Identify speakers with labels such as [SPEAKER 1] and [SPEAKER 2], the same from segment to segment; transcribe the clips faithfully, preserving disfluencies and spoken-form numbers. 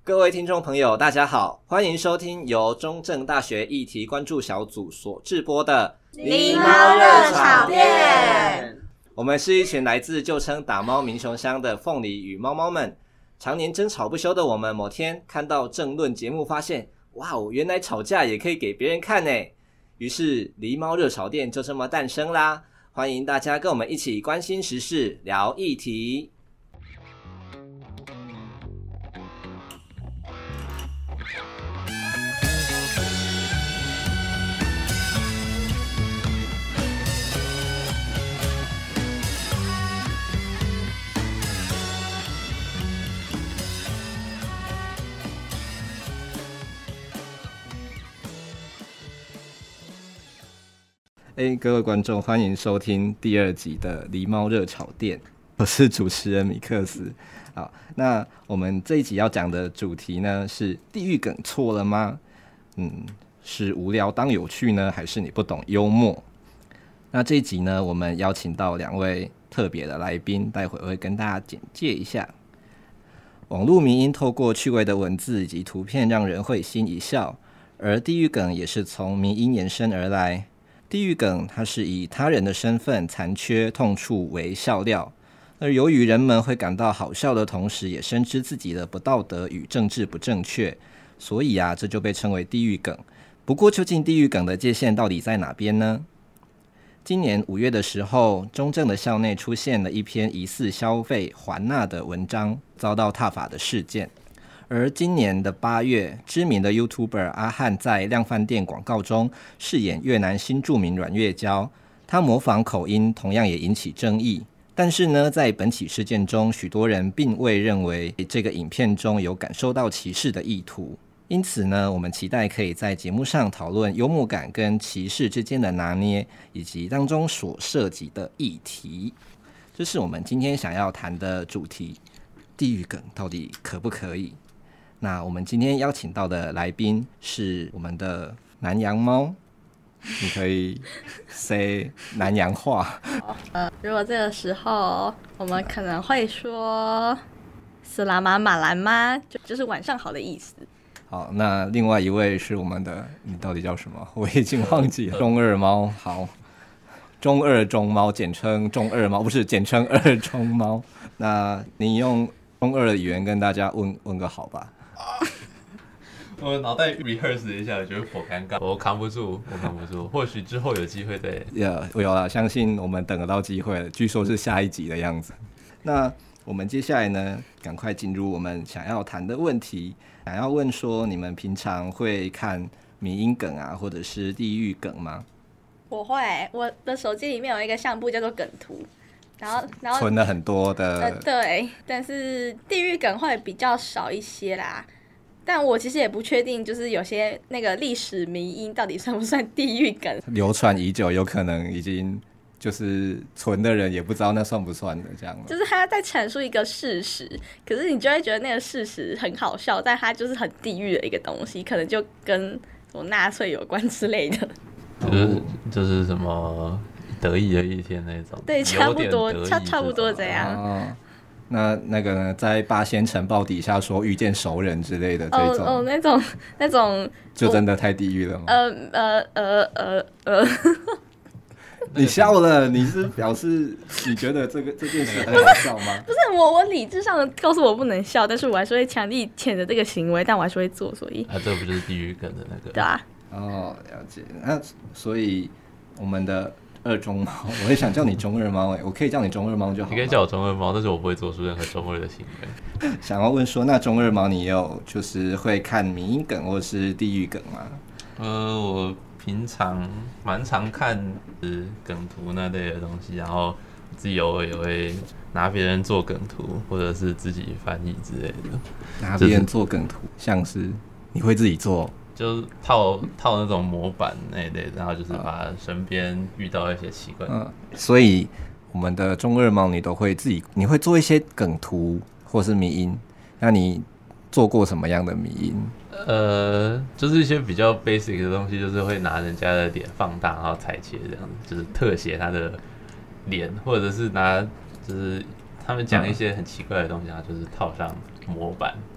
[SPEAKER 1] 各位听众朋友大家好，欢迎收听由中正大学议题关注小组所制播的
[SPEAKER 2] 狸猫热炒店。
[SPEAKER 1] 我们是一群来自旧称打猫民雄乡的凤梨与猫猫们，常年争吵不休的我们，某天看到政论节目发现，哇哦，原来吵架也可以给别人看耶，于是狸猫热炒店就这么诞生啦。欢迎大家跟我们一起关心时事，聊议题。哎，各位观众，欢迎收听第二集的狸猫热炒店，我是主持人米克斯。好，那我们这一集要讲的主题呢是地狱梗错了吗？嗯，是无聊当有趣呢，还是你不懂幽默？那这一集呢，我们邀请到两位特别的来宾，待会会跟大家简介一下。网络迷因透过趣味的文字以及图片让人会心一笑，而地狱梗也是从迷因延伸而来。地狱梗它是以他人的身份、残缺、痛处为笑料，而由于人们会感到好笑的同时也深知自己的不道德与政治不正确，所以啊，这就被称为地狱梗。不过究竟地狱梗的界限到底在哪边呢？今年五月的时候，中正的校内出现了一篇疑似消费还纳的文章，遭到挞伐的事件。而今年的八月，知名的 YouTuber 阿汉在量贩店广告中饰演越南新住民阮月娇，他模仿口音同样也引起争议。但是呢，在本起事件中，许多人并未认为这个影片中有感受到歧视的意图。因此呢，我们期待可以在节目上讨论幽默感跟歧视之间的拿捏，以及当中所涉及的议题。这是我们今天想要谈的主题，地狱梗到底可不可以？那我们今天邀请到的来宾是我们的南洋猫，你可以 say 南洋话。
[SPEAKER 2] 呃，如果这个时候我们可能会说斯拉玛马兰吗？就就是晚上好的意思。
[SPEAKER 1] 好，那另外一位是我们的，你到底叫什么？我已经忘记了。中二猫，好，中二中猫，简称中二猫，不是简称二中猫。那你用中二的语言跟大家问问个好吧。
[SPEAKER 3] 我脑袋 rehearse 一下，我觉得颇尴尬，我扛不住，我扛不住。或许之后有机会再。
[SPEAKER 1] 有有啦，相信我们等得到机会了。据说是下一集的样子。那我们接下来呢，赶快进入我们想要谈的问题。想要问说，你们平常会看迷因梗啊，或者是地狱梗吗？
[SPEAKER 2] 我会，我的手机里面有一个相簿叫做梗图。然后，然后
[SPEAKER 1] 存了很多的、
[SPEAKER 2] 呃，对，但是地狱梗会比较少一些啦。但我其实也不确定，就是有些那个历史迷因到底算不算地狱梗？
[SPEAKER 1] 流传已久，有可能已经就是存的人也不知道那算不算的这样。
[SPEAKER 2] 就是他在阐述一个事实，可是你就会觉得那个事实很好笑，但它就是很地狱的一个东西，可能就跟什么纳粹有关之类的。
[SPEAKER 3] 就是就是什么。得意的一天那种，
[SPEAKER 2] 对，差不多，差差不多这样。
[SPEAKER 1] 哦，那那个呢，在八仙城堡底下说遇见熟人之类的这种，
[SPEAKER 2] 哦哦，那种那种，
[SPEAKER 1] 就真的太地狱了吗？
[SPEAKER 2] 呃呃呃呃呃，
[SPEAKER 1] 你笑了，你是表示你觉得这个这件事很好笑吗？
[SPEAKER 2] 不是我，我理智上告诉我不能笑，但是我还是会强力谴责这个行为，但我还是会做，所以
[SPEAKER 3] 啊，这不就是地狱梗的那个？
[SPEAKER 2] 对啊。
[SPEAKER 1] 哦，了解。那所以我们的。二中猫，我也想叫你中二猫哎，我可以叫你中二猫就好。
[SPEAKER 3] 你可以叫我中二猫，但是我不会做出任何中二的行为。
[SPEAKER 1] 想要问说，那中二猫你有就是会看迷因梗或是地狱梗吗？
[SPEAKER 3] 呃，我平常蛮常看梗图那类的东西，然后自己偶尔也会拿别人做梗图，或者是自己翻译之类的。
[SPEAKER 1] 拿别人做梗图，像是你会自己做？
[SPEAKER 3] 就是套套那种模板那一类的，然后就是把身边遇到一些奇怪的、嗯。
[SPEAKER 1] 所以我们的中二猫你都会自己，你会做一些梗图或是迷因。那你做过什么样的迷因？
[SPEAKER 3] 呃，就是一些比较 basic 的东西，就是会拿人家的脸放大，然后裁切这样，就是特写他的脸，或者是拿就是他们讲一些很奇怪的东西，然后就是套上模板。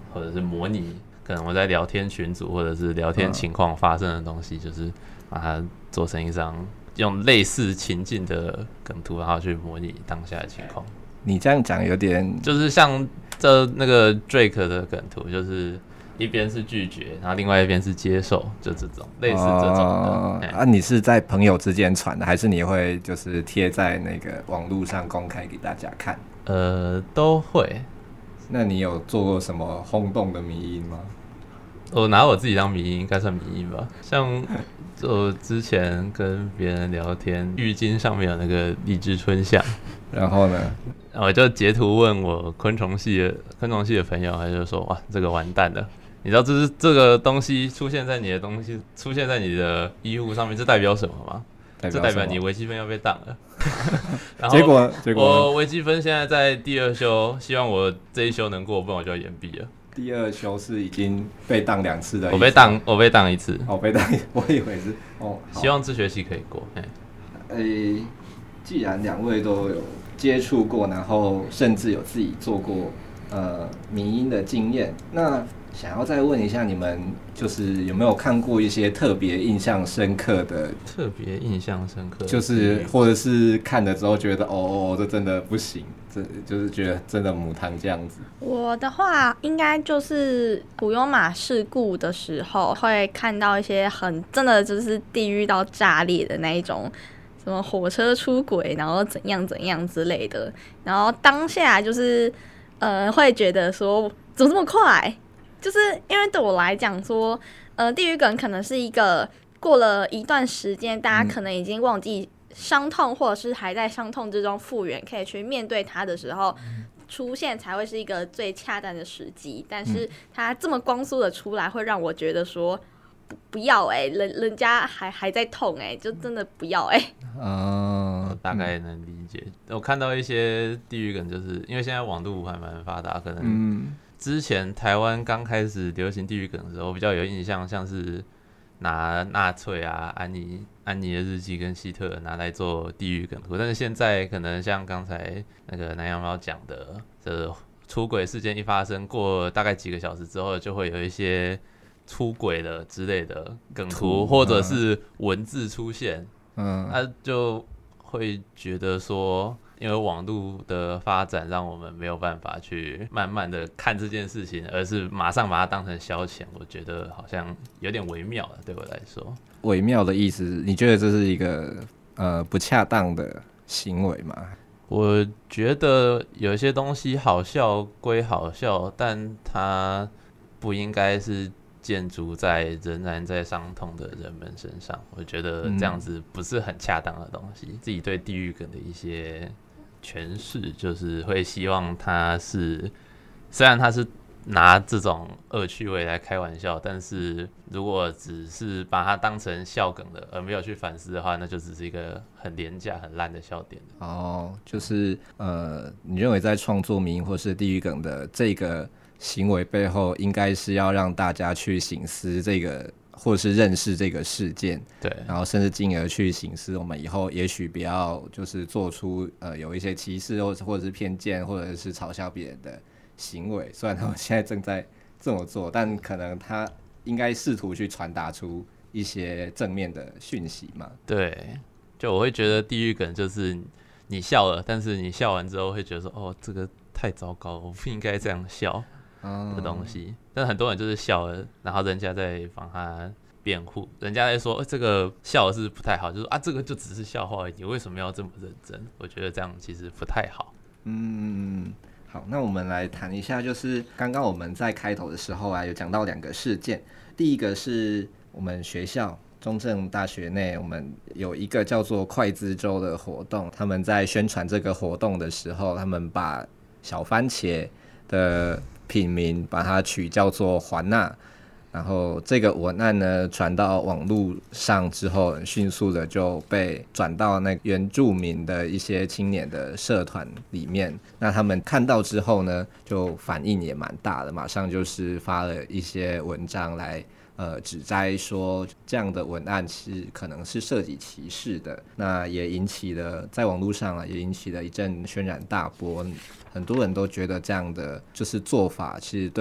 [SPEAKER 3] 或者是模拟可能我在聊天群组或者是聊天情况发生的东西，嗯、就是把它做成一张用类似情境的梗图，然后去模拟当下的情况。
[SPEAKER 1] 你这样讲有点，
[SPEAKER 3] 就是像这那个 Drake 的梗图，就是一边是拒绝，然后另外一边是接受，就这种类似这种的。
[SPEAKER 1] 哦、啊，你是在朋友之间传的，还是你会就是贴在那个网络上公开给大家看？
[SPEAKER 3] 呃，都会。
[SPEAKER 1] 那你有做过什么轰动的迷因吗？
[SPEAKER 3] 我拿我自己当迷因，应该算迷因吧。像我之前跟别人聊天，浴巾上面有那个荔枝春象，
[SPEAKER 1] 然后呢，
[SPEAKER 3] 我就截图问我昆虫系的昆虫系的朋友，他就说：“哇，这个完蛋了！你知道这是这个东西出现在你的东西出现在你的衣物上面，这代表什么吗？代表这代表你微积分要被当了。”然后
[SPEAKER 1] 结果结果
[SPEAKER 3] 我微积分现在在第二修，希望我这一修能过，不然我就要延毕了。
[SPEAKER 1] 第二修是已经被当两次的，
[SPEAKER 3] 我被当，我被当一次。
[SPEAKER 1] 哦，被当，我以为是哦。
[SPEAKER 3] 希望这学期可以过。
[SPEAKER 1] 诶、欸，既然两位都有接触过，然后甚至有自己做过呃迷因的经验，那想要再问一下你们，就是有没有看过一些特别印象深刻的？
[SPEAKER 3] 特别印象深刻的，
[SPEAKER 1] 就是或者是看了之后觉得哦哦，这真的不行。这就是觉得真的母汤这样子。
[SPEAKER 2] 我的话，应该就是普悠玛事故的时候，会看到一些很真的就是地狱到炸裂的那一种，什么火车出轨，然后怎样怎样之类的。然后当下就是呃，会觉得说怎么这么快？就是因为对我来讲说，呃，地狱梗可能是一个过了一段时间，大家可能已经忘记。伤痛或者是还在伤痛之中复原，可以去面对它的时候，出现才会是一个最恰当的时机。但是它这么光速的出来，会让我觉得说不不要哎、欸，人人家还还在痛哎、欸，就真的不要哎、欸。
[SPEAKER 3] 嗯，我大概能理解。我看到一些地狱梗，就是因为现在网络还蛮发达，可能之前台湾刚开始流行地狱梗的时候，我比较有印象，像是拿纳粹啊、安妮。安妮的日记跟希特勒拿来做地狱梗图，但是现在可能像刚才那个南洋猫讲的，这出轨事件一发生，过大概几个小时之后，就会有一些出轨了之类的梗图，或者是文字出现，嗯，他就会觉得说，因为网络的发展让我们没有办法去慢慢的看这件事情，而是马上把它当成消遣，我觉得好像有点微妙了，对我来说。
[SPEAKER 1] 微妙的意思，你觉得这是一个呃不恰当的行为吗？
[SPEAKER 3] 我觉得有些东西好笑归好笑，但它不应该是建筑在仍然在伤痛的人们身上。我觉得这样子不是很恰当的东西。嗯、自己对地狱梗的一些诠释，就是会希望它是，虽然它是。拿这种恶趣味来开玩笑，但是如果只是把它当成笑梗的，而没有去反思的话，那就只是一个很廉价、很烂的笑点。
[SPEAKER 1] 哦，就是呃，你认为在创作迷因或是地狱梗的这个行为背后，应该是要让大家去省思这个，或是认识这个事件，
[SPEAKER 3] 对，
[SPEAKER 1] 然后甚至进而去省思我们以后也许不要就是做出呃有一些歧视或或者是偏见或者是嘲笑别人的。行为虽然他们现在正在这么做，但可能他应该试图去传达出一些正面的讯息嘛。
[SPEAKER 3] 对，就我会觉得地狱梗就是你笑了，但是你笑完之后会觉得说，哦，这个太糟糕了，我不应该这样笑的东西。嗯、但很多人就是笑了，然后人家在帮他辩护，人家在说、欸、这个笑是不太好，就说啊，这个就只是笑话而已，你为什么要这么认真？我觉得这样其实不太好。
[SPEAKER 1] 嗯。好，那我们来谈一下，就是刚刚我们在开头的时候啊，有讲到两个事件。第一个是我们学校中正大学内，我们有一个叫做快滋周的活动，他们在宣传这个活动的时候，他们把小番茄的品名把它取叫做环娜。然后这个文案呢传到网络上之后，迅速的就被转到那原住民的一些青年的社团里面。那他们看到之后呢，就反应也蛮大的，马上就是发了一些文章来呃指摘说这样的文案是可能是涉及歧视的。那也引起了在网络上啊，也引起了一阵轩然大波。很多人都觉得这样的就是做法，其实对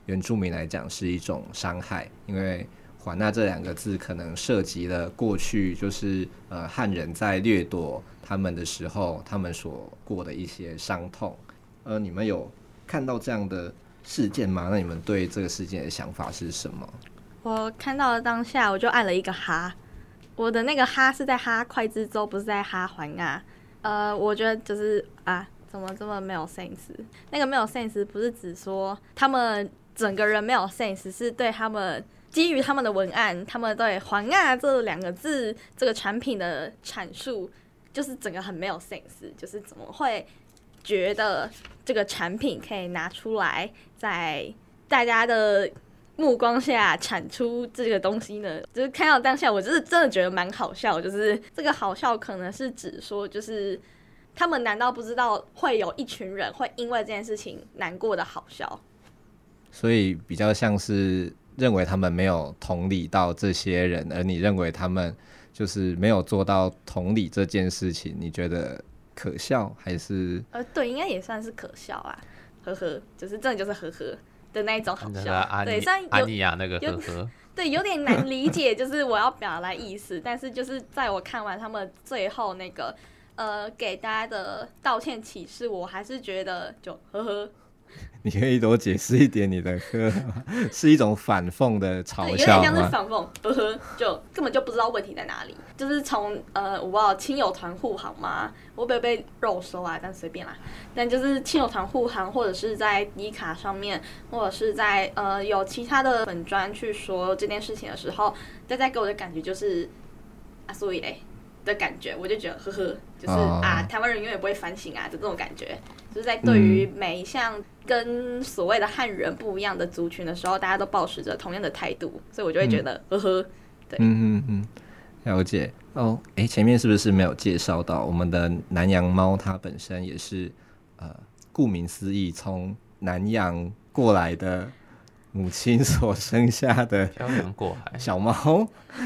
[SPEAKER 1] 原住民来讲是一种伤害，因为还纳这两个字可能涉及了过去就是呃汉人在掠夺他们的时候他们所过的一些伤痛。呃，你们有看到这样的事件吗？那你们对这个事件的想法是什么？
[SPEAKER 2] 我看到了当下，我就按了一个哈。我的那个哈是在哈快之州，不是在哈还纳。呃，我觉得就是啊，怎么这么没有 sense？ 那个没有 sense 不是指说他们整个人没有 sense， 是对他们基于他们的文案，他们对还纳这两个字这个产品的阐述，就是整个很没有 sense， 就是怎么会觉得这个产品可以拿出来在大家的目光下产出这个东西呢？就是看到当下，我就是真的觉得蛮好笑。就是这个好笑，可能是指说，就是他们难道不知道会有一群人会因为这件事情难过的好笑？
[SPEAKER 1] 所以比较像是认为他们没有同理到这些人，而你认为他们就是没有做到同理这件事情，你觉得可笑还是？
[SPEAKER 2] 呃，对，应该也算是可笑啊，呵呵，就是真的就是呵呵的那一种好笑。
[SPEAKER 3] 阿
[SPEAKER 2] 对，虽然
[SPEAKER 3] 阿尼亚那个呵呵，
[SPEAKER 2] 对，有点难理解，就是我要表达意思，但是就是在我看完他们最后那个呃给大家的道歉启事，我还是觉得就呵呵。
[SPEAKER 1] 你可以多解释一点你的呵吗？是一种反讽的嘲笑吗？
[SPEAKER 2] 有点像是反讽，呵呵，就根本就不知道问题在哪里。就是从呃，我不知道亲友团护航吗？我不会被肉收啊，但随便啦。但就是亲友团护航，或者是在迪卡上面，或者是在呃有其他的粉专去说这件事情的时候，大家给我的感觉就是啊，所以嘞的感觉，我就觉得呵呵，就是、哦、啊，台湾人永远不会反省啊的这种感觉。就是在对于每一项跟所谓的汉人不一样的族群的时候，大家都抱持着同样的态度，所以我就会觉得，呵呵，对，
[SPEAKER 1] 嗯嗯嗯，了解。哦，哎，前面是不是没有介绍到我们的南洋猫？它本身也是呃，顾名思义，从南洋过来的母亲所生下的
[SPEAKER 3] 漂洋过海
[SPEAKER 1] 小猫。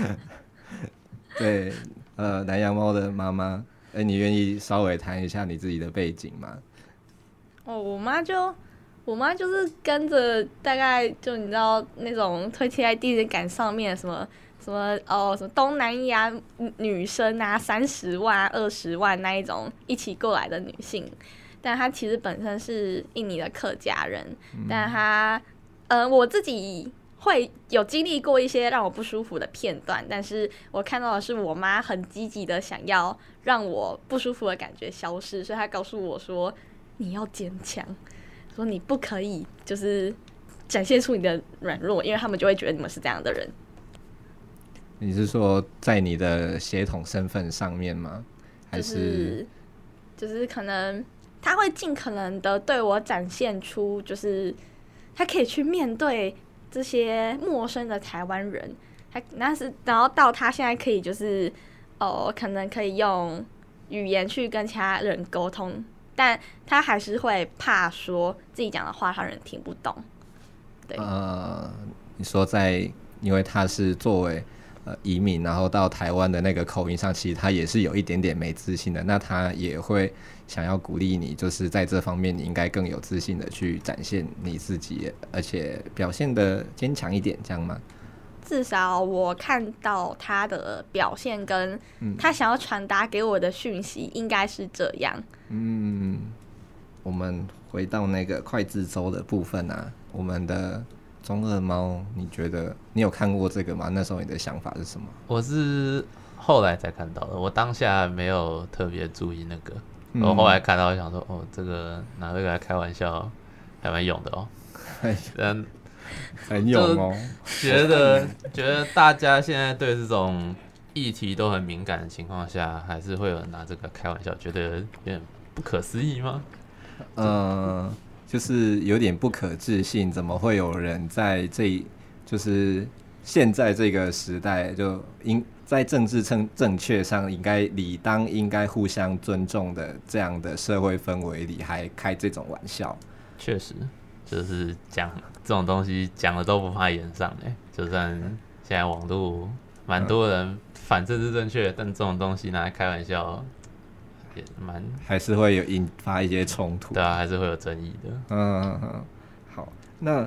[SPEAKER 1] 对，呃，南洋猫的妈妈，哎，你愿意稍微谈一下你自己的背景吗？
[SPEAKER 2] 哦，我妈就，我妈就是跟着大概就你知道那种推贴在地铁杆上面什么什么哦什么东南亚女生啊，三十万、二十万那一种一起过来的女性，但她其实本身是印尼的客家人，嗯、但她呃我自己会有经历过一些让我不舒服的片段，但是我看到的是我妈很积极的想要让我不舒服的感觉消失，所以她告诉我说。你要坚强，说你不可以就是展现出你的软弱，因为他们就会觉得你们是这样的人。
[SPEAKER 1] 你是说在你的血统身份上面吗？还是
[SPEAKER 2] 就是、就是可能他会尽可能的对我展现出，就是他可以去面对这些陌生的台湾人，他那是然后到他现在可以就是哦，可能可以用语言去跟其他人沟通。但他还是会怕说自己讲的话让人听不懂。对，
[SPEAKER 1] 呃，你说在，因为他是作为呃移民，然后到台湾的那个口音上，其实他也是有一点点没自信的。那他也会想要鼓励你，就是在这方面你应该更有自信的去展现你自己，而且表现的坚强一点，这样吗？
[SPEAKER 2] 至少我看到他的表现跟他想要传达给我的讯息应该是这样。
[SPEAKER 1] 嗯，我们回到那个快字州的部分啊，我们的中二猫，你觉得你有看过这个吗？那时候你的想法是什么？
[SPEAKER 3] 我是后来才看到的，我当下没有特别注意那个，嗯、我后来看到想说，哦，这个拿这个来开玩笑还蛮勇的哦。但
[SPEAKER 1] 很勇哦，
[SPEAKER 3] 觉得觉得大家现在对这种议题都很敏感的情况下，还是会有人拿这个开玩笑，觉得有点不可思议吗？
[SPEAKER 1] 呃，就是有点不可置信，怎么会有人在这就是现在这个时代，就应在政治正正确上应该理当应该互相尊重的这样的社会氛围里，还开这种玩笑？
[SPEAKER 3] 确实。就是讲这种东西讲了都不怕炎上哎、欸，就算现在网络蛮多人反政治正确，但这种东西拿来开玩笑也蛮
[SPEAKER 1] 还是会有引发一些冲突。
[SPEAKER 3] 对啊，还是会有争议的。
[SPEAKER 1] 嗯嗯嗯，好，那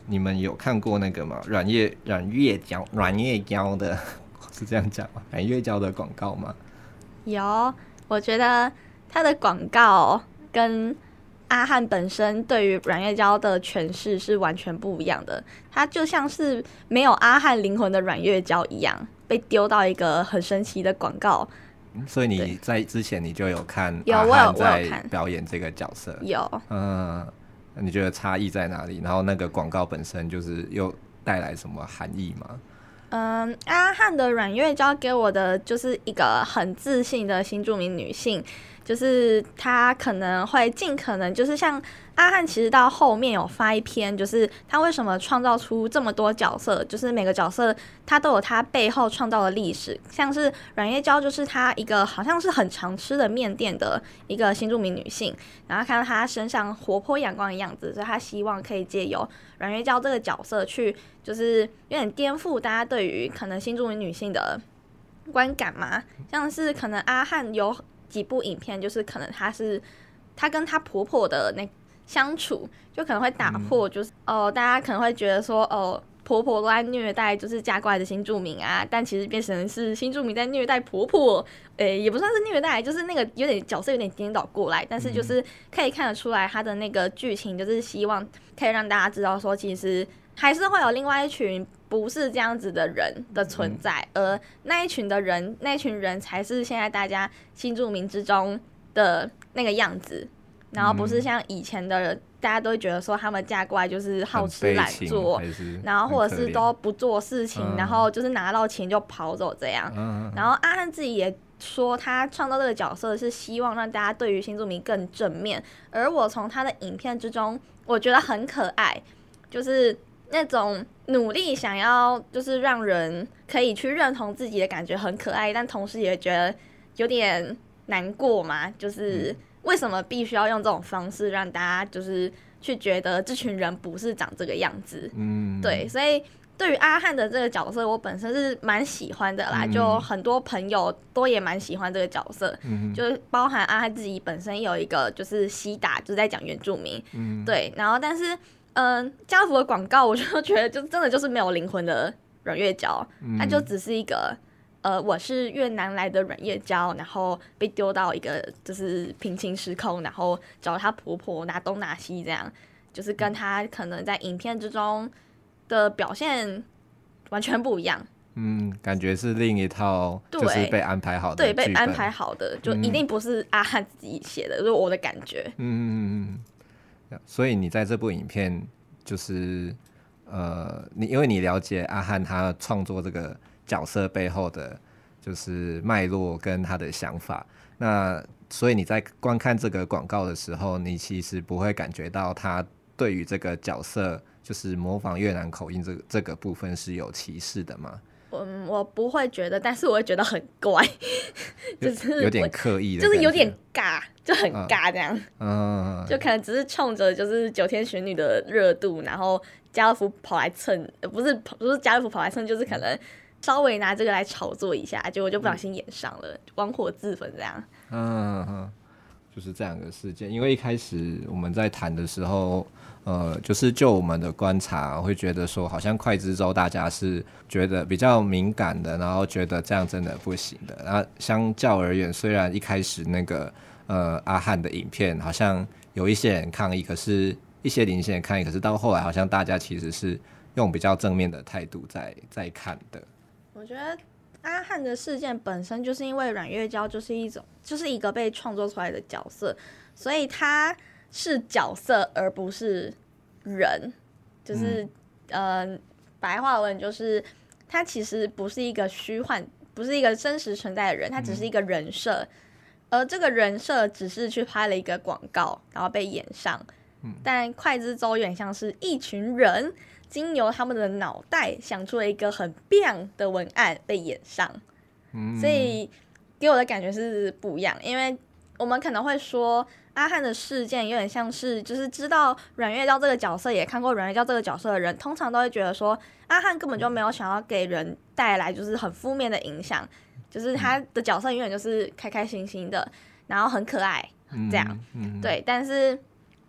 [SPEAKER 1] 你们有看过那个吗？软月软月胶软月胶的是这样讲吗？软月胶的广告吗？
[SPEAKER 2] 有，我觉得它的广告跟阿汉本身对于软月胶的诠释是完全不一样的，它就像是没有阿汉灵魂的软月胶一样，被丢到一个很神奇的广告。
[SPEAKER 1] 所以你在之前你就有看
[SPEAKER 2] 有
[SPEAKER 1] 阿汉在
[SPEAKER 2] 看
[SPEAKER 1] 表演这个角色？
[SPEAKER 2] 有，
[SPEAKER 1] 嗯，你觉得差异在哪里？然后那个广告本身就是又带来什么含义吗？
[SPEAKER 2] 嗯，阿汉的软月胶给我的就是一个很自信的新住民女性，就是她可能会尽可能，就是像阿汉其实到后面有发一篇，就是他为什么创造出这么多角色，就是每个角色他都有他背后创造的历史，像是软月胶就是他一个好像是很常吃的面店的一个新住民女性，然后看到她身上活泼阳光的样子，所以他希望可以借由软月胶这个角色去就是有点颠覆大家对于可能新住民女性的观感嘛，像是可能阿汉有几部影片，就是可能她是她跟她婆婆的那相处，就可能会打破，就是哦、呃，大家可能会觉得说哦。婆婆都在虐待就是嫁过来的新住民啊，但其实变成是新住民在虐待婆婆，诶、也不算是虐待，就是那个有点角色有点颠倒过来，但是就是可以看得出来他的那个剧情就是希望可以让大家知道说，其实还是会有另外一群不是这样子的人的存在，而那一群的人，那一群人才是现在大家新住民之中的那个样子，然后不是像以前的人。大家都会觉得说他们嫁过来就是好吃懒做，然后或者是都不做事情、嗯、然后就是拿到钱就跑走这样、嗯、然后阿汉自己也说他创造这个角色是希望让大家对于新住民更正面，而我从他的影片之中我觉得很可爱，就是那种努力想要就是让人可以去认同自己的感觉很可爱，但同时也觉得有点难过嘛，就是为什么必须要用这种方式让大家就是去觉得这群人不是长这个样子？嗯，对，所以对于阿汉的这个角色，我本身是蛮喜欢的啦，嗯、就很多朋友都也蛮喜欢这个角色，嗯、就包含阿汉自己本身有一个就是西打，就是在讲原住民，嗯，对，然后但是嗯、呃，家乐福的广告我就觉得就真的就是没有灵魂的软月胶，它就只是一个。呃，我是越南来的软月胶，然后被丢到一个就是平行时空，然后找她婆婆拿东拿西，这样就是跟她可能在影片之中的表现完全不一样。嗯，
[SPEAKER 1] 感觉是另一套就是被安排好的
[SPEAKER 2] 对，被安排好的，就一定不是阿汉自己写的，嗯、就是我的感觉。嗯
[SPEAKER 1] 嗯嗯。所以你在这部影片就是呃，你因为你了解阿汉他创作这个。角色背后的就是脉络跟他的想法，那所以你在观看这个广告的时候，你其实不会感觉到他对于这个角色就是模仿越南口音这个这个部分是有歧视的吗？
[SPEAKER 2] 嗯，我不会觉得，但是我会觉得很怪，就是
[SPEAKER 1] 有点刻意的，
[SPEAKER 2] 就是有点尬，就很尬这样。嗯，就可能只是冲着就是九天玄女的热度，然后家乐福跑来蹭，不是不是家乐福跑来蹭，就是可能。稍微拿这个来炒作一下，结果就不小心演上了，玩火自焚这样。
[SPEAKER 1] 嗯嗯，就是这样的事件。因为一开始我们在谈的时候，呃，就是就我们的观察，会觉得说，好像快之州大家是觉得比较敏感的，然后觉得这样真的不行的。然后相较而言，虽然一开始那个呃阿汉的影片好像有一些人抗议，可是一些零星人抗议，可是到后来好像大家其实是用比较正面的态度在在看的。
[SPEAKER 2] 我觉得阿汉的事件本身就是因为软月胶就是一种就是一个被创作出来的角色，所以他是角色而不是人，就是、嗯、呃白话文就是他其实不是一个虚幻，不是一个真实存在的人，他只是一个人设、嗯、而这个人设只是去拍了一个广告然后被演上、嗯、但快之州有点像是一群人经由他们的脑袋想出了一个很棒的文案被演上、嗯、所以给我的感觉是不一样，因为我们可能会说阿汉的事件有点像是就是知道阮月娇这个角色也看过阮月娇这个角色的人通常都会觉得说阿汉根本就没有想要给人带来就是很负面的影响，就是他的角色永远就是开开心心的然后很可爱这样、嗯嗯、对，但是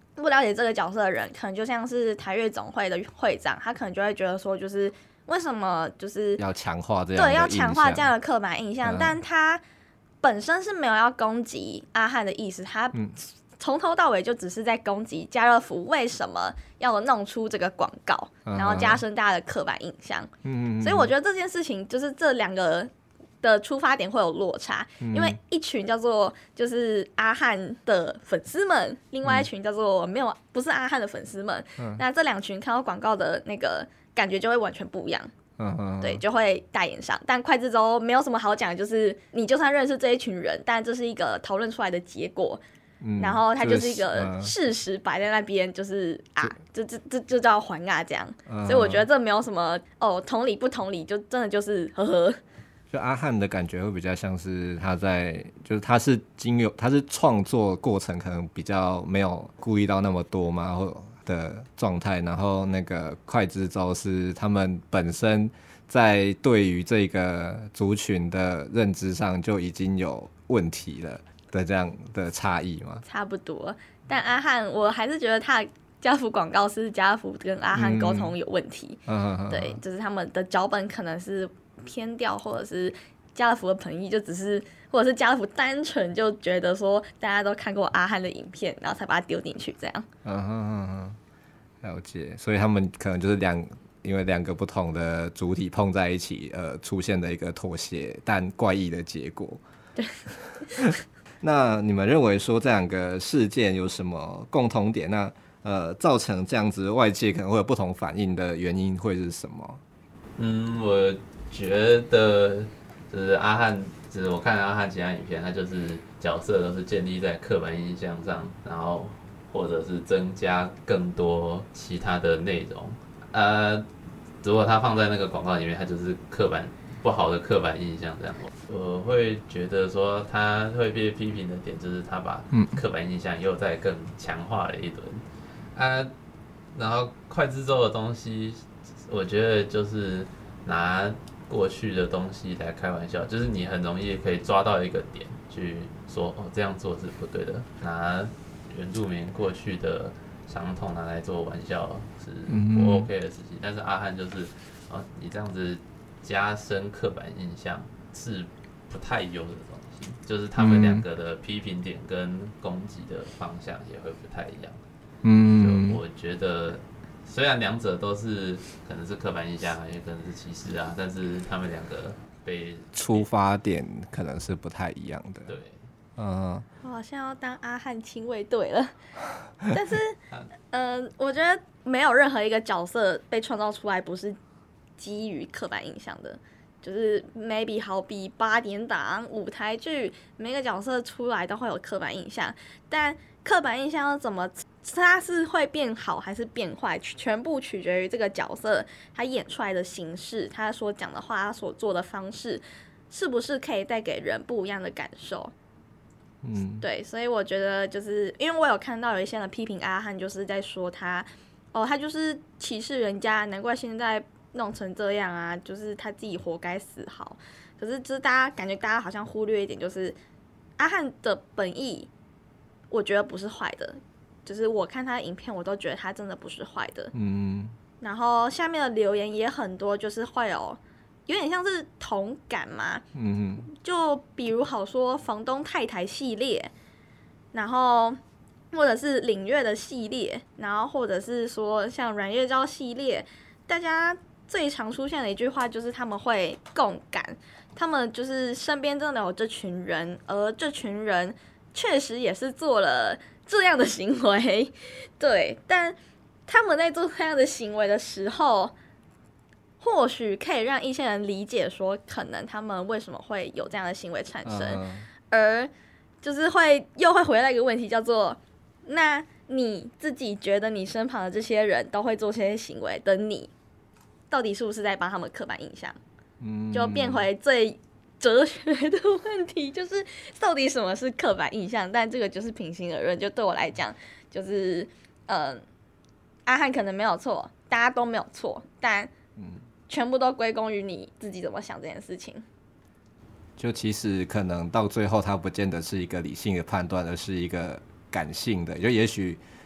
[SPEAKER 2] 不了解这个角色的人，可能就像是台越总会的会长，他可能就会觉得说，就是为什么就是
[SPEAKER 1] 要强化这样的
[SPEAKER 2] 对要强化这样的刻板印象，
[SPEAKER 1] 嗯、
[SPEAKER 2] 但他本身是没有要攻击阿汉的意思，他从头到尾就只是在攻击家乐福为什么要弄出这个广告，
[SPEAKER 1] 嗯、
[SPEAKER 2] 然后加深大家的刻板印象。
[SPEAKER 1] 嗯，
[SPEAKER 2] 所以我觉得这件事情就是这两个的出发点会有落差，
[SPEAKER 1] 嗯、
[SPEAKER 2] 因为一群叫做就是阿汉的粉丝们，另外一群叫做没有不是阿汉的粉丝们，嗯、那这两群看到广告的那个感觉就会完全不一样。
[SPEAKER 1] 嗯、
[SPEAKER 2] 对，就会大眼上。但快字周没有什么好讲，就是你就算认识这一群人，但这是一个讨论出来的结果。嗯、然后它就是一个事实摆在那边，就是啊，这这这就叫还啊这样，嗯、所以我觉得这没有什么哦，同理不同理，就真的就是呵呵。
[SPEAKER 1] 就阿汉的感觉会比较像是他在，就是他是经由他是创作过程可能比较没有故意到那么多嘛，或的状态，然后那个快之周是他们本身在对于这个族群的认知上就已经有问题了。的这样的差异吗？
[SPEAKER 2] 差不多，但阿汉我还是觉得他的家乐福广告是家乐福跟阿汉沟通有问题。嗯嗯、对，就是他们的脚本可能是偏掉，或者是家乐福的本意就只是，或者是家乐福单纯就觉得说大家都看过阿汉的影片，然后才把它丢进去这样。
[SPEAKER 1] 嗯哼哼哼，了解。所以他们可能就是两。因为两个不同的主体碰在一起，呃，出现的一个妥协但怪异的结果。
[SPEAKER 2] 对。
[SPEAKER 1] 那你们认为说这两个事件有什么共同点？那呃，造成这样子外界可能会有不同反应的原因会是什么？
[SPEAKER 3] 嗯，我觉得就是阿汉，就是我看阿汉其他影片，他就是角色都是建立在刻板印象上，然后或者是增加更多其他的内容。呃，如果他放在那个广告里面，他就是刻板。不好的刻板印象这样，我会觉得说他会被批评的点就是他把刻板印象又再更强化了一轮、嗯、啊，然后快之周的东西，我觉得就是拿过去的东西来开玩笑，就是你很容易可以抓到一个点去说哦这样做是不对的，拿原住民过去的伤痛拿来做玩笑是不 OK 的事情，但是阿汉就是哦你这样子。加深刻板印象是不太优的东西，就是他们两个的批评点跟攻击的方向也会不太一样。嗯，就我觉得虽然两者都是可能是刻板印象，也可能是歧视啊，但是他们两个被
[SPEAKER 1] 出发点可能是不太一样的。
[SPEAKER 3] 对，
[SPEAKER 1] 嗯，
[SPEAKER 2] 我好像要当阿汉亲卫队了，但是，嗯、呃，我觉得没有任何一个角色被创造出来不是。基于刻板印象的，就是 maybe 好比八点档舞台剧，每个角色出来都会有刻板印象，但刻板印象要怎么，它是会变好还是变坏，全部取决于这个角色他演出来的形式，他所讲的话，他所做的方式，是不是可以带给人不一样的感受。嗯，对，所以我觉得就是因为我有看到有一些人批评阿汉，就是在说他，哦，他就是歧视人家，难怪现在。弄成这样啊，就是他自己活该死好。可是就是大家感觉大家好像忽略一点，就是阿汉的本意，我觉得不是坏的。就是我看他的影片，我都觉得他真的不是坏的。嗯。然后下面的留言也很多，就是会有有点像是同感嘛。嗯。就比如好说房东太太系列，然后或者是领月的系列，然后或者是说像阮月娇系列，大家。最常出现的一句话就是他们会共感，他们就是身边真的有这群人，而这群人确实也是做了这样的行为，对，但他们在做这样的行为的时候，或许可以让一些人理解说，可能他们为什么会有这样的行为产生，嗯、而就是会又会回来一个问题，叫做那你自己觉得你身旁的这些人都会做这些行为的你。到底是不是在帮他们刻板印象？嗯，就变回最哲学的问题，就是到底什么是刻板印象？但这个就是平心而论，就对我来讲，就是嗯、呃，阿汉可能没有错，大家都没有错，但全部都归功于你自己怎么想这件事情。
[SPEAKER 1] 就其实可能到最后，它不见得是一个理性的判断，而是一个感性的。就也许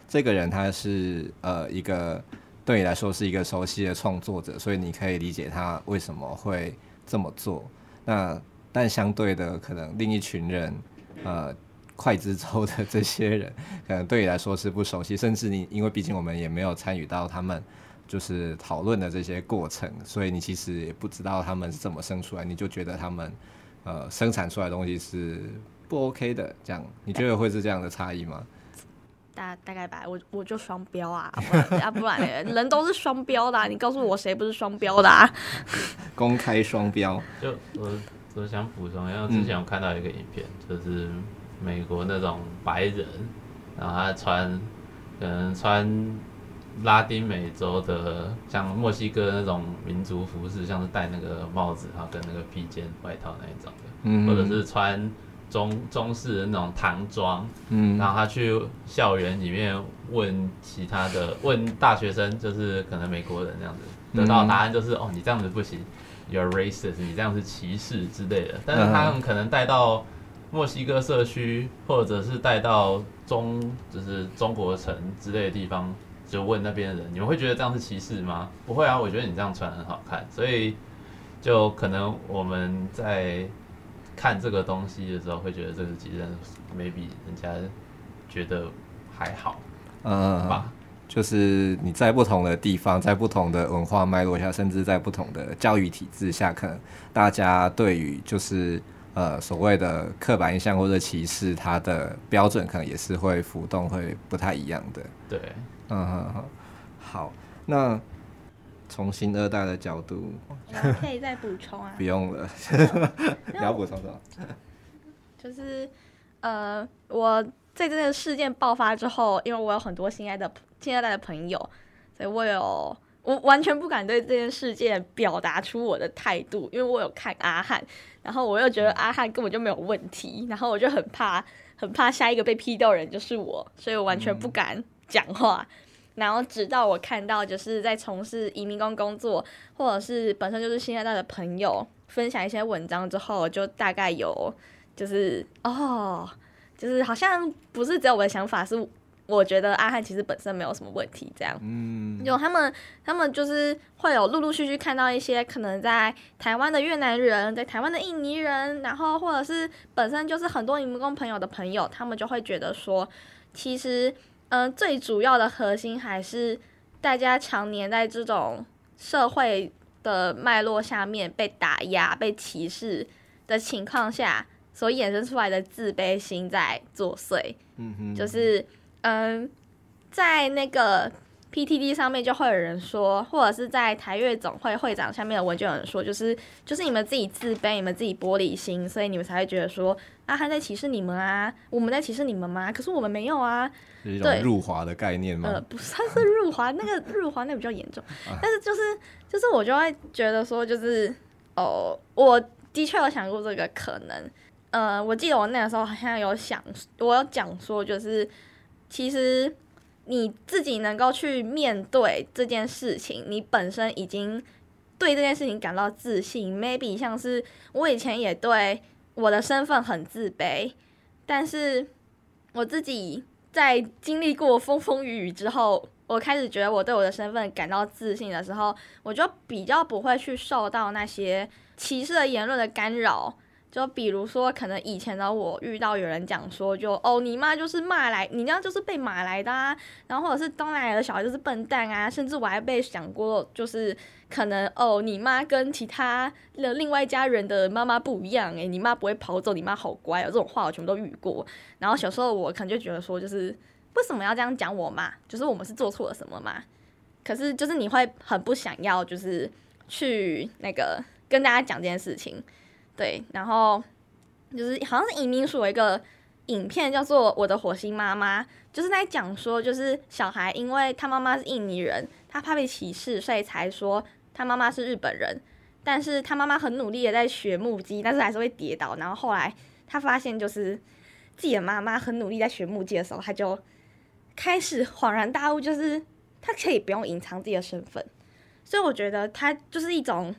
[SPEAKER 1] 这个人他是呃一个对你来说是一个熟悉的创作者，所以你可以理解他为什么会这么做。那但相对的，可能另一群人，呃，快之州的这些人，可能对你来说是不熟悉，甚至你因为毕竟我们也没有参与到他们就是讨论的这些过程，所以你其实也不知道他们是怎么生出来，你就觉得他们呃生产出来的东西是不 OK 的，这样你觉得会是这样的差异吗？
[SPEAKER 2] 大大概吧，我我就双标啊，啊不然啊不然嘞，人都是双标的、啊，你告诉我谁不是双标的啊？
[SPEAKER 1] 公开双标。
[SPEAKER 3] 就我我想补充，因为之前我看到一个影片，嗯、就是美国那种白人，然后他穿可能穿拉丁美洲的，像墨西哥那种民族服饰，像是戴那个帽子，然后跟那个披肩外套那一种的，嗯、或者是穿中中式的那种唐装，嗯，然后他去校园里面问其他的问大学生，就是可能美国人这样子，得到的答案就是、嗯、哦，你这样子不行 ，you're racist， 你这样是歧视之类的。但是他们可能带到墨西哥社区，或者是带到中就是中国城之类的地方，就问那边的人，你们会觉得这样是歧视吗？不会啊，我觉得你这样穿很好看，所以就可能我们在看这个东西的时候，会觉得这个其实 maybe 人家觉得还好，嗯吧。
[SPEAKER 1] 就是你在不同的地方，在不同的文化脉络下，甚至在不同的教育体制下，可能大家对于就是呃所谓的刻板印象或者歧视，它的标准可能也是会浮动，会不太一样的。
[SPEAKER 3] 对，
[SPEAKER 1] 嗯哼哼，好，那从新二代的角度，
[SPEAKER 2] 可以再补充啊？
[SPEAKER 1] 不用了，你要补充什么？
[SPEAKER 2] 就是呃，我在这个事件爆发之后，因为我有很多新爱的新二代的朋友，所以我有我完全不敢对这件事件表达出我的态度，因为我有看阿汉，然后我又觉得阿汉根本就没有问题，然后我就很怕很怕下一个被批掉的人就是我，所以我完全不敢讲话。嗯，然后直到我看到就是在从事移民工工作，或者是本身就是新二代的朋友分享一些文章之后，就大概有就是哦，就是好像不是只有我的想法，是我觉得阿汉其实本身没有什么问题，这样。嗯，就他们他们就是会有陆陆续续看到一些可能在台湾的越南人，在台湾的印尼人，然后或者是本身就是很多移民工朋友的朋友，他们就会觉得说，其实嗯，最主要的核心还是大家常年在这种社会的脉络下面被打压、被歧视的情况下，所衍生出来的自卑心在作祟。嗯哼，就是嗯，在那个 P T T 上面就会有人说，或者是在台越总会会长下面的文就有人说，就是就是你们自己自卑，你们自己玻璃心，所以你们才会觉得说阿汉在歧视你们啊，我们在歧视你们吗？可是我们没有啊。
[SPEAKER 1] 是一种入华的概念吗？
[SPEAKER 2] 呃，不是，它是入华，那个入华那个比较严重，但是就是就是我就会觉得说，就是哦，我的确有想过这个可能。呃，我记得我那个时候好像有想，我有讲说，就是其实你自己能够去面对这件事情，你本身已经对这件事情感到自信。maybe 像是我以前也对我的身份很自卑，但是我自己在经历过风风雨雨之后，我开始觉得我对我的身份感到自信的时候，我就比较不会去受到那些歧视的言论的干扰。就比如说，可能以前的我遇到有人讲说就，就哦，你妈就是骂来，你那样就是被骂来的啊，然后或者是东南亚的小孩就是笨蛋啊，甚至我还被讲过，就是可能哦，你妈跟其他的另外一家人的妈妈不一样，哎、欸，你妈不会跑走，你妈好乖哦，这种话我全部都遇过。然后小时候我可能就觉得说，就是为什么要这样讲我妈？就是我们是做错了什么嘛？可是就是你会很不想要，就是去那个跟大家讲这件事情。对，然后就是好像是移民署有一个影片叫做《我的火星妈妈》，就是在讲说，就是小孩因为他妈妈是印尼人，他怕被歧视，所以才说他妈妈是日本人。但是他妈妈很努力的在学木屐，但是还是会跌倒。然后后来他发现，就是自己的妈妈很努力在学木屐的时候，他就开始恍然大悟，就是他可以不用隐藏自己的身份。所以我觉得他就是一种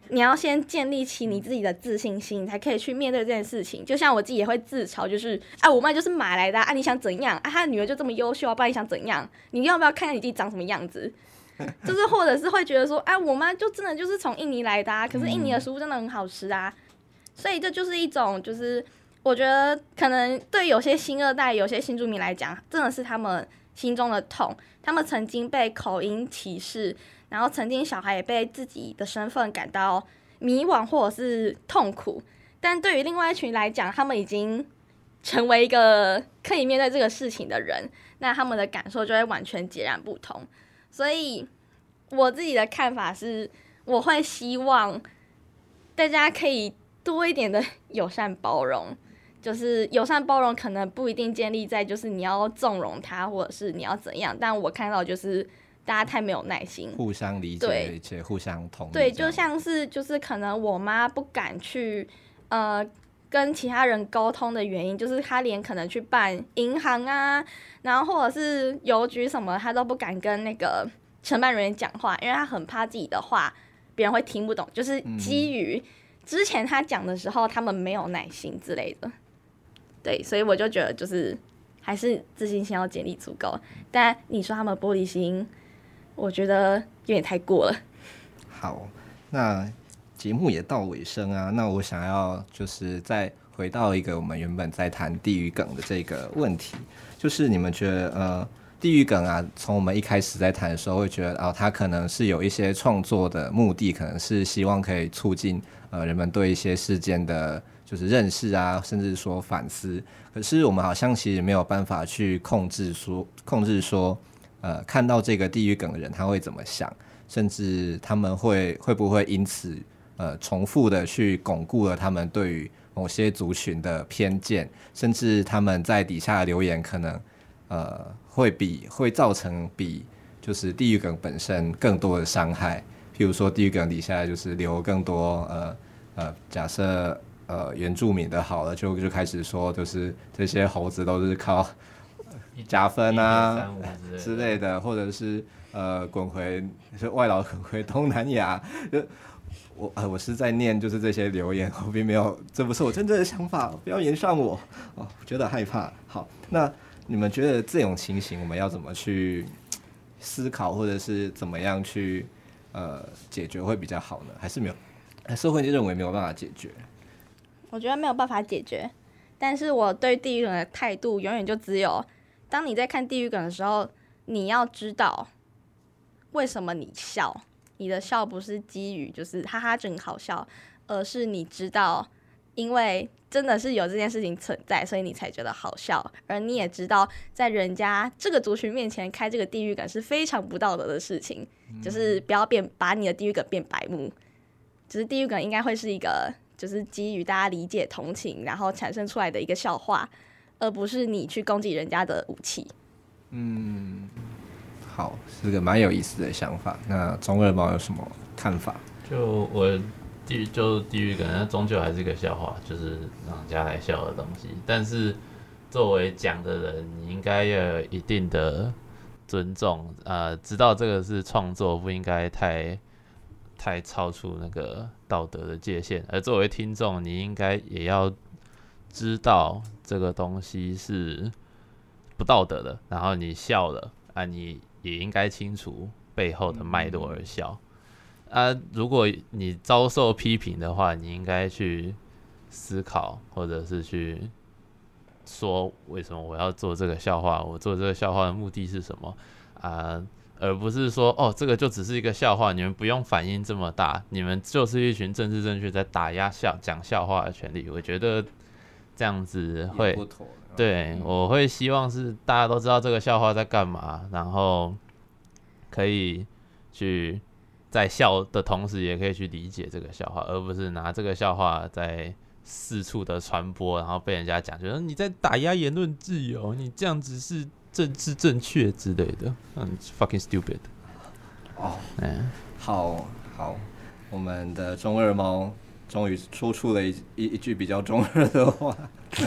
[SPEAKER 2] 你要先建立起你自己的自信心，才可以去面对这件事情。就像我自己也会自嘲，就是啊，我妈就是买来的 啊, 啊，你想怎样啊？她女儿就这么优秀，不然你想怎样？你要不要看看你自己长什么样子？就是或者是会觉得说，哎、啊，我妈就真的就是从印尼来的啊，可是印尼的食物真的很好吃啊，所以这就是一种，就是我觉得可能对有些新二代、有些新住民来讲，真的是他们心中的痛，他们曾经被口音歧视，然后曾经小孩也被自己的身份感到迷惘或者是痛苦，但对于另外一群来讲，他们已经成为一个可以面对这个事情的人，那他们的感受就会完全截然不同。所以我自己的看法是，我会希望大家可以多一点的友善包容，就是友善包容可能不一定建立在就是你要纵容他或者是你要怎样，但我看到就是大家太没有耐心，
[SPEAKER 1] 互相理解且互相同意。
[SPEAKER 2] 对，就像是就是可能我妈不敢去呃跟其他人沟通的原因，就是她连可能去办银行啊，然后或者是邮局什么，她都不敢跟那个承办人员讲话，因为她很怕自己的话别人会听不懂，就是基于之前她讲的时候他们没有耐心之类的。对，所以我就觉得就是还是自信心要建立足够，但你说他们玻璃心，我觉得有点太过了。
[SPEAKER 1] 好，那节目也到尾声啊，那我想要就是再回到一个我们原本在谈地狱梗的这个问题，就是你们觉得呃地狱梗啊，从我们一开始在谈的时候会觉得啊、哦，它可能是有一些创作的目的，可能是希望可以促进呃人们对一些事件的就是认识啊，甚至说反思。可是我们好像其实没有办法去控制说控制说呃看到这个地狱梗的人他会怎么想，甚至他们会会不会因此呃重复的去巩固了他们对于某些族群的偏见，甚至他们在底下留言可能呃会比会造成比就是地狱梗本身更多的伤害。譬如说地狱梗底下就是留更多呃呃假设呃原住民的好了，就就开始说就是这些猴子都是靠加分啊之类的，或者是呃滚回是外劳滚回东南亚。就我呃我是在念就是这些留言，我并没有，这不是我真正的想法，不要言上我哦，我觉得害怕。好，那你们觉得这种情形我们要怎么去思考，或者是怎么样去呃解决会比较好呢？还是没有？社会认为没有办法解决？
[SPEAKER 2] 我觉得没有办法解决，但是我对地狱梗的态度永远就只有，当你在看地狱梗的时候，你要知道为什么你笑，你的笑不是基于就是哈哈真好笑，而是你知道因为真的是有这件事情存在，所以你才觉得好笑，而你也知道在人家这个族群面前开这个地狱梗是非常不道德的事情，就是不要变把你的地狱梗变白目，就是地狱梗应该会是一个就是基于大家理解同情然后产生出来的一个笑话，而不是你去攻击人家的武器。
[SPEAKER 1] 嗯，好，是个蛮有意思的想法。那中二猫有什么看法？
[SPEAKER 3] 就我地就地狱梗，那终究还是个笑话，就是让人家来笑的东西。但是作为讲的人，你应该要有一定的尊重，呃，知道这个是创作，不应该太太超出那个道德的界限。而作为听众，你应该也要知道这个东西是不道德的，然后你笑了啊，你也应该清楚背后的脉络而笑。啊，如果你遭受批评的话，你应该去思考，或者是去说为什么我要做这个笑话，我做这个笑话的目的是什么啊？而不是说哦，这个就只是一个笑话，你们不用反应这么大，你们就是一群政治正确在打压笑讲笑话的权利。我觉得这样子会，对，我会希望是大家都知道这个笑话在干嘛，然后可以去在笑的同时，也可以去理解这个笑话，而不是拿这个笑话在四处的传播，然后被人家讲，觉得你在打压言论自由，你这样子是政治正确之类的，嗯 ，fucking stupid。
[SPEAKER 1] 哦，嗯，好好，我们的中二猫终于说出了一一一句比较中二的话。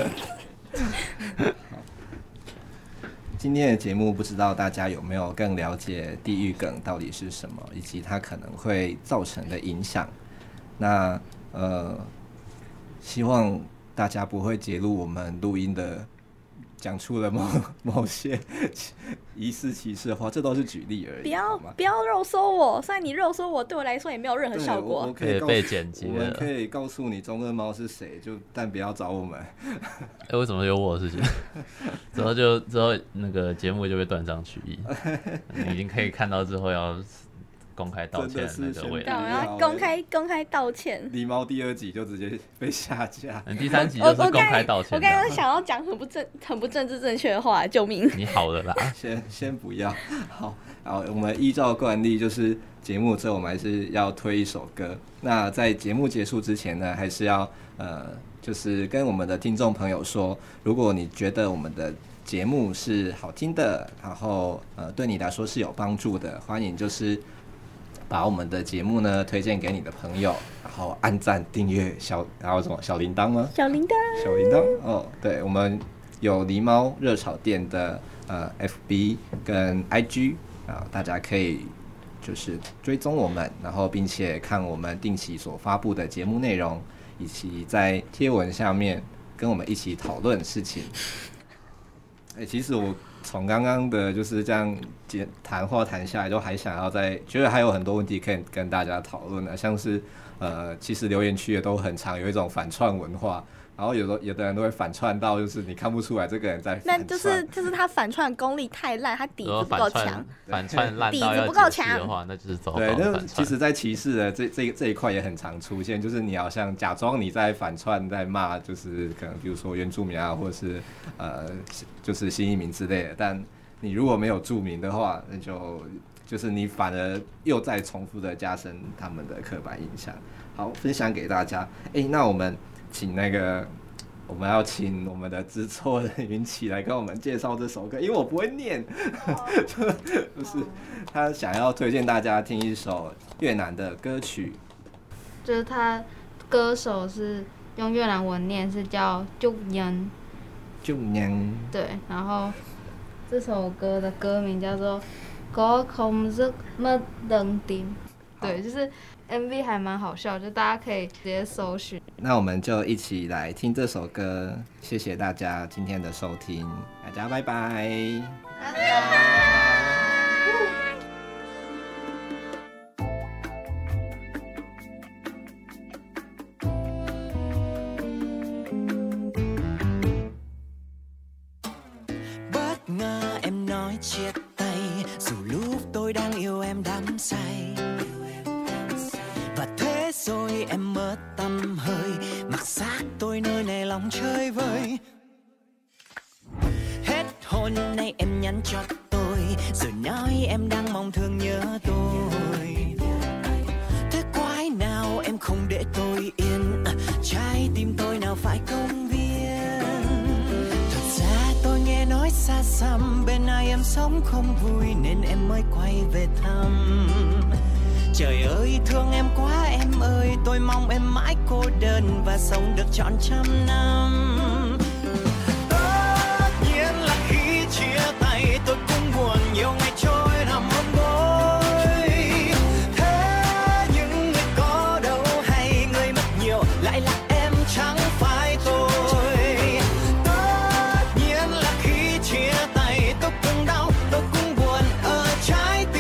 [SPEAKER 1] 今天的节目不知道大家有没有更了解地狱梗到底是什么，以及它可能会造成的影响。 那呃，希望大家不会揭露我们录音的讲出了某某些疑似歧视的话，这都是举例而已。
[SPEAKER 2] 不要不要肉搜我，虽然你肉搜我对我来说也没有任何效果。
[SPEAKER 1] 我, 我可以
[SPEAKER 3] 被剪辑了，
[SPEAKER 1] 我们可以告诉你中二猫是谁，就但不要找我们。
[SPEAKER 3] 哎、欸，为什么有我的事情？之后就之后那个节目就被断章取义，你已经可以看到之后要公开道歉那个味道，
[SPEAKER 2] 要公开公开道歉。
[SPEAKER 1] 狸猫第二集就直接被下架，
[SPEAKER 3] 第三集就是公开道歉。
[SPEAKER 2] 我刚刚想要讲很不正、很不政治正确的话，救命！
[SPEAKER 3] 你好了啦，
[SPEAKER 1] 先先不要。好，好，我们依照惯例，就是节目之后我们还是要推一首歌。那在节目结束之前呢，还是要呃，就是跟我们的听众朋友说，如果你觉得我们的节目是好听的，然后呃对你来说是有帮助的，欢迎就是把我们的节目呢推荐给你的朋友，然后按赞、订阅小，然后什么小铃铛吗？
[SPEAKER 2] 小铃铛，
[SPEAKER 1] 小铃铛哦，对，我们有狸猫热炒店的呃 F B 跟 I G 啊，大家可以就是追踪我们，然后并且看我们定期所发布的节目内容，以及在贴文下面跟我们一起讨论事情。哎、欸，其实我从刚刚的就是这样谈话谈下来，就还想要再觉得还有很多问题可以跟大家讨论的，像是呃，其实留言区也都很常有一种反串文化，然后有的有的人都会反串到就是你看不出来这个人在反串，
[SPEAKER 2] 那就是就是他反串功力太烂，他底子不够强，
[SPEAKER 3] 反串烂到要解释的话，那就是糟糕的反串。
[SPEAKER 1] 对，那其实，在歧视的这这这一块也很常出现，就是你好像假装你在反串，在骂，就是可能比如说原住民啊，或者是呃，就是新移民之类的，但你如果没有注明的话，那就就是你反而又在重复的加深他们的刻板印象。好，分享给大家。哎、欸，那我们请那个，我们要请我们的制作人云起来跟我们介绍这首歌，因为我不会念，就是他想要推荐大家听一首越南的歌曲，
[SPEAKER 4] 就是他歌手是用越南文念，是叫祝nhân。
[SPEAKER 1] 祝nhân。
[SPEAKER 4] 对，然后这首歌的歌名叫做《Có không giấc mơ đừng tìm》。对，就是 M V 还蛮好笑，就大家可以直接搜寻。
[SPEAKER 1] 那我们就一起来听这首歌，谢谢大家今天的收听，大家拜拜。拜拜。
[SPEAKER 5] Bất ngờ em nói chia tay, dù lúc tôi đang yêu em đắm say. Và thế rồi em mất tăm hơi, mặc xác tôi nơi này lòng chơi vơi. Hết hôm nay em nhắn cho tôi, rồi nói em đang mong thương nhớ tôi. Thế quái nào em không để tôi yên, trái tim tôi nào phải công viên. Thật ra tôi nghe nói xa xăm, bên ai em sống không vui nên em mới quay về thăm. Trời ơi thương em quá em ơi, tôi mong em mãi cô đơn và sống được trọn trăm năm. Tất nhiên là khi chia tay tôi cũng buồn, nhiều ngày trôi nằm ôm gối. Thế những người có đâu hay người mất nhiều, lại là em chẳng phải tôi. Tất nhiên là khi chia tay tôi cũng đau, tôi cũng buồn ở trái tim.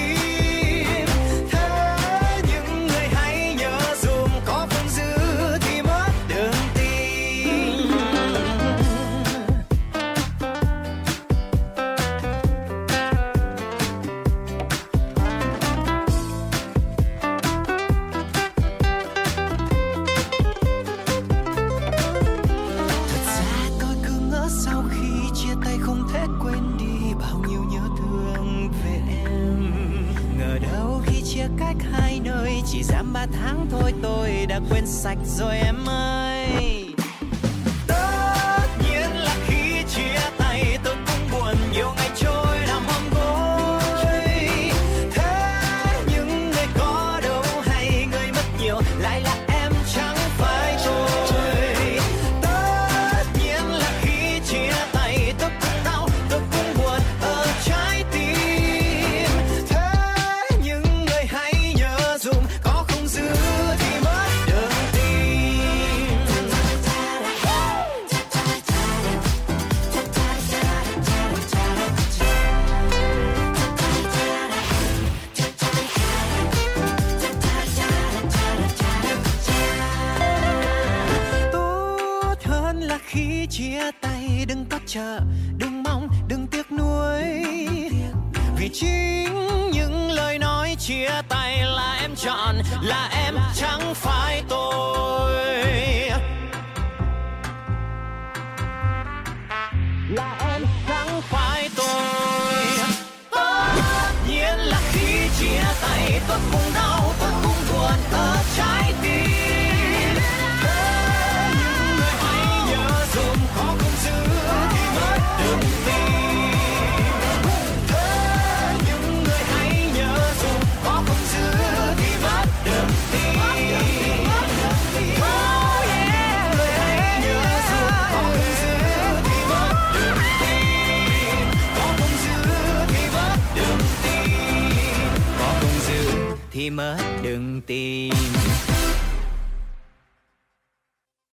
[SPEAKER 5] Chỉ dám ba tháng thôi tôi đã quên sạch rồi em ơi. Tất nhiên là khi chia tay tôi cũng buồn, nhiều ngày trôi nằm ôm gối. Thế những người có đâu hay người mất nhiều, lại là em chẳng phải tôi. Tất nhiên là khi chia tay tôi cũng đau, tôi cũng buồn ở trái tim. Thế những người hãy nhớ dùm, có không giữ thì mất đường chờ, đừng mong, đừng tiếc nuối. Vì chính những lời nói chia tay là em chọn, là em chẳng phải tôi. Là em chẳng phải tôi. Tất nhiên là khi chia tay tôi cũng đau, tôi cũng buồn ở trái tim. Thế nhưng người hãy nhớ dùm khó không giữ thì mất đừng tin. Thế nhưng người hãy nhớ dùm khó không giữ thì mất đừng tin. Oh yeah, người hãy nhớ dùm khó không giữ thì mất đừng tin. Khó không giữ thì mất đừng tin. Khó không giữ thì mất đừng tin.